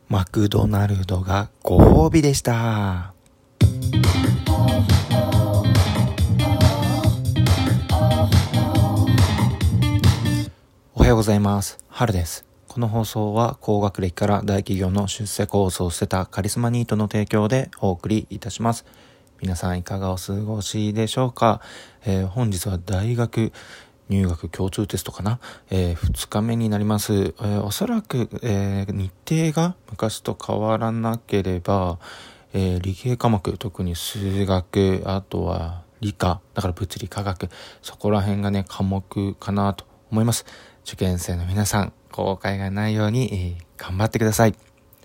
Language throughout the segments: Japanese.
マクドナルドがご褒美でした。おはようございます。春です。この放送は高学歴から大企業の出世コースを捨てたカリスマニートの提供でお送りいたします。皆さんいかがお過ごしでしょうか。本日は大学入学共通テストかな、2日目になります。おそらく、日程が昔と変わらなければ、理系科目、特に数学、あとは理科、だから物理科学、そこら辺がね科目かなと思います。受験生の皆さん、後悔がないように、頑張ってください。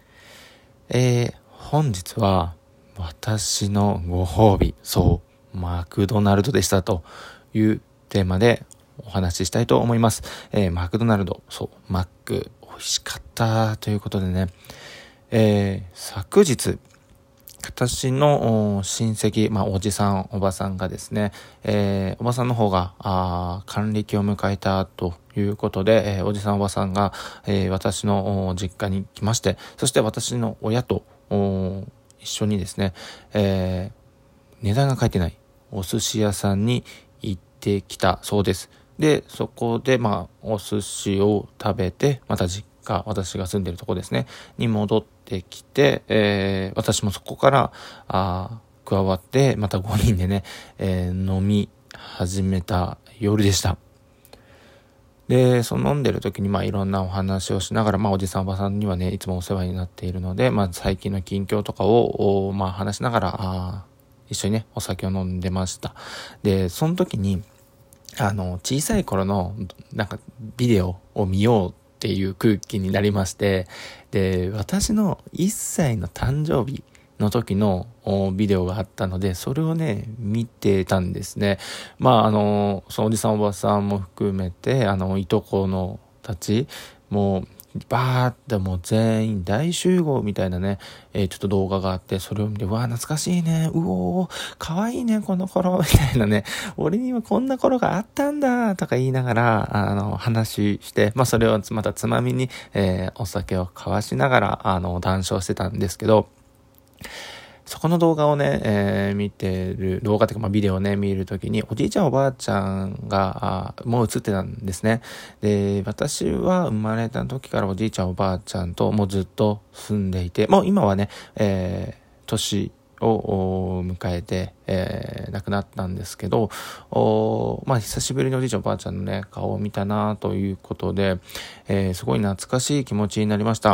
本日は私のご褒美、そうマクドナルドでしたというテーマでお話ししたいと思います。マクドナルド、マック美味しかったということでね、昨日私の親戚、おじさんおばさんがですね、おばさんの方が還暦を迎えたということで、おじさんおばさんが、私の実家に来まして、そして私の親と一緒にですね、値段が書いてないお寿司屋さんに行ってきたそうです。で、そこでお寿司を食べて、また実家、私が住んでるとこですねに戻ってきて、私もそこから加わって、また5人でね、飲み始めた夜でした。で、飲んでる時にいろんなお話をしながら、おじさんおばさんにはねいつもお世話になっているので、最近の近況とかを話しながら一緒にねお酒を飲んでました。で、その時に小さい頃のビデオを見ようっていう空気になりまして、で、私の1歳の誕生日の時のビデオがあったので、それをね見てたんですね。そのおじさんおばさんも含めていとこのたちもバーってもう全員大集合みたいなね、ちょっと動画があって、それを見て、うわー懐かしいね、うおーかわいいねこの頃みたいなね、俺にはこんな頃があったんだとか言いながら話して、それをまたつまみに、お酒を交わしながら談笑してたんですけど、そこの動画をね、見てる、動画というかビデオをね、見るときに、おじいちゃんおばあちゃんが、もう映ってたんですね。で、私は生まれた時からおじいちゃんおばあちゃんともうずっと住んでいて、もう今はね、年を迎えて、亡くなったんですけど、久しぶりにおじいちゃんおばあちゃんのね、顔を見たなということで、すごい懐かしい気持ちになりました。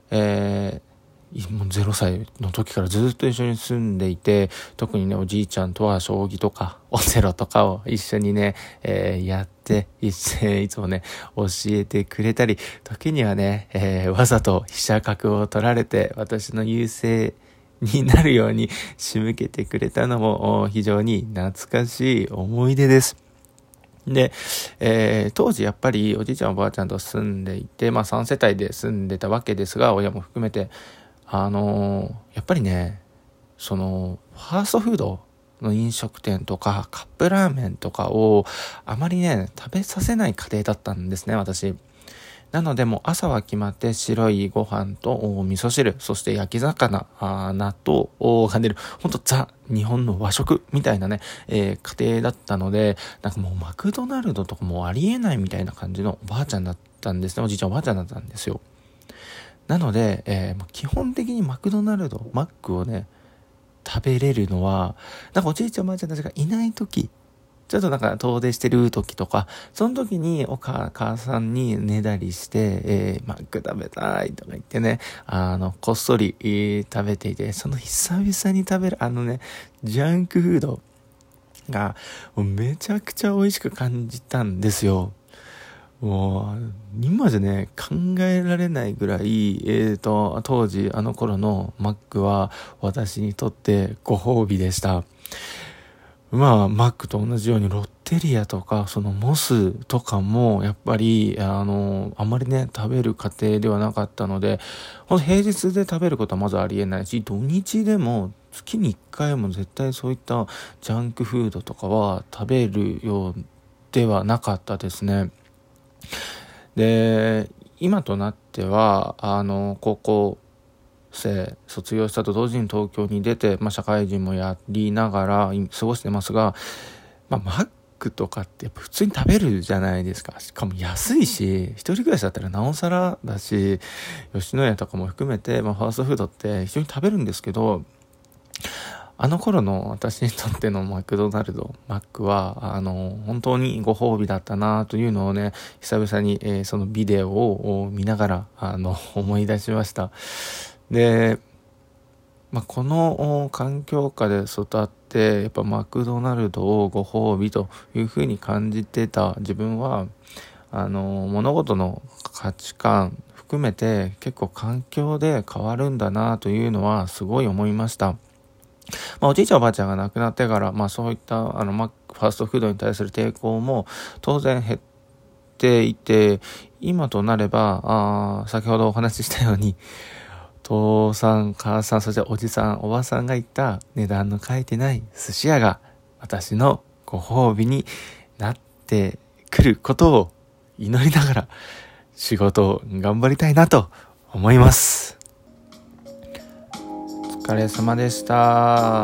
もう0歳の時からずっと一緒に住んでいて、特にねおじいちゃんとは将棋とかオセロとかを一緒にね、やっていつもね教えてくれたり、時にはね、わざと飛車角を取られて私の優勢になるように仕向けてくれたのも非常に懐かしい思い出です。で、当時やっぱりおじいちゃんおばあちゃんと住んでいて、3世帯で住んでたわけですが、親も含めてやっぱりね、ファーストフードの飲食店とかカップラーメンとかをあまりね食べさせない家庭だったんですね、私。なのでもう朝は決まって白いご飯と味噌汁、そして焼き魚、納豆が出る、ほんとザ日本の和食みたいなね、家庭だったので、もうマクドナルドとかもうありえないみたいな感じのおばあちゃんだったんですね。おじいちゃんおばあちゃんだったんですよ。なので、基本的にマクドナルド、マックをね食べれるのはおじいちゃんおばあちゃんたちがいない時、ちょっと遠出してる時とか、その時にお母さんにねだりして、マック食べたいとか言ってね、こっそり、食べていて、その久々に食べるジャンクフードがもうめちゃくちゃ美味しく感じたんですよ。もう今じゃね考えられないぐらい、当時あの頃のマックは私にとってご褒美でした。マックと同じようにロッテリアとかモスとかもやっぱりあまりね食べる家庭ではなかったので、平日で食べることはまずありえないし、土日でも月に1回も絶対そういったジャンクフードとかは食べるようではなかったですね。で、今となってはここ生卒業したと同時に東京に出て、社会人もやりながら過ごしてますが、マックとかってやっぱ普通に食べるじゃないですか。しかも安いし、一人暮らしだったらなおさらだし、吉野家とかも含めて、ファーストフードって非常に食べるんですけど、あの頃の私にとってのマクドナルド、マックは、本当にご褒美だったなというのをね、久々に、そのビデオを見ながら、思い出しました。で、この環境下で育って、やっぱマクドナルドをご褒美というふうに感じてた自分は、物事の価値観含めて結構環境で変わるんだなというのはすごい思いました。おじいちゃんおばあちゃんが亡くなってから、そういったファーストフードに対する抵抗も当然減っていて、今となれば先ほどお話ししたように父さん母さんそしておじさんおばさんが言った値段の書いてない寿司屋が私のご褒美になってくることを祈りながら仕事を頑張りたいなと思います。お疲れ様でした。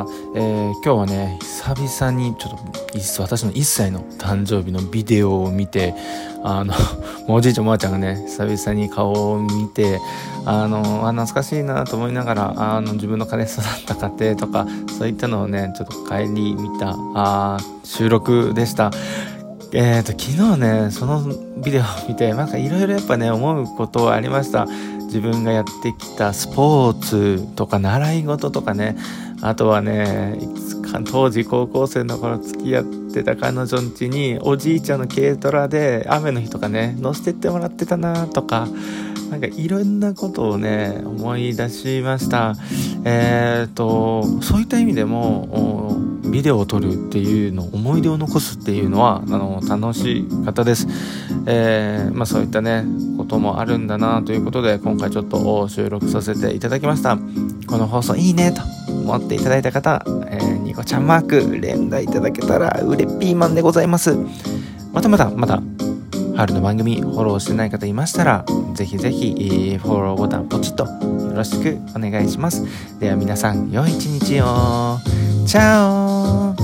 今日はね、久々にちょっと私の1歳の誕生日のビデオを見て、おじいちゃんおばあちゃんがね、久々に顔を見て、懐かしいなと思いながら、自分の家で育った家庭とか、そういったのをね、ちょっと帰り見た、収録でした。昨日ね、そのビデオを見て、いろいろやっぱね、思うことはありました。自分がやってきたスポーツとか習い事とかね、あとはね、当時高校生の頃付き合ってた彼女ん家におじいちゃんの軽トラで雨の日とかね、乗せてってもらってたなとか、いろんなことをね、思い出しました。そういった意味でもビデオを撮るっていうの、思い出を残すっていうのは楽しかったです。そういったねこともあるんだなということで、今回ちょっと収録させていただきました。この放送いいねと思っていただいた方、ニコちゃんマーク連打いただけたらうれピーマンでございます。まだ春の番組フォローしてない方いましたら、ぜひぜひフォローボタンポチッとよろしくお願いします。では皆さん良い一日を。チャオ。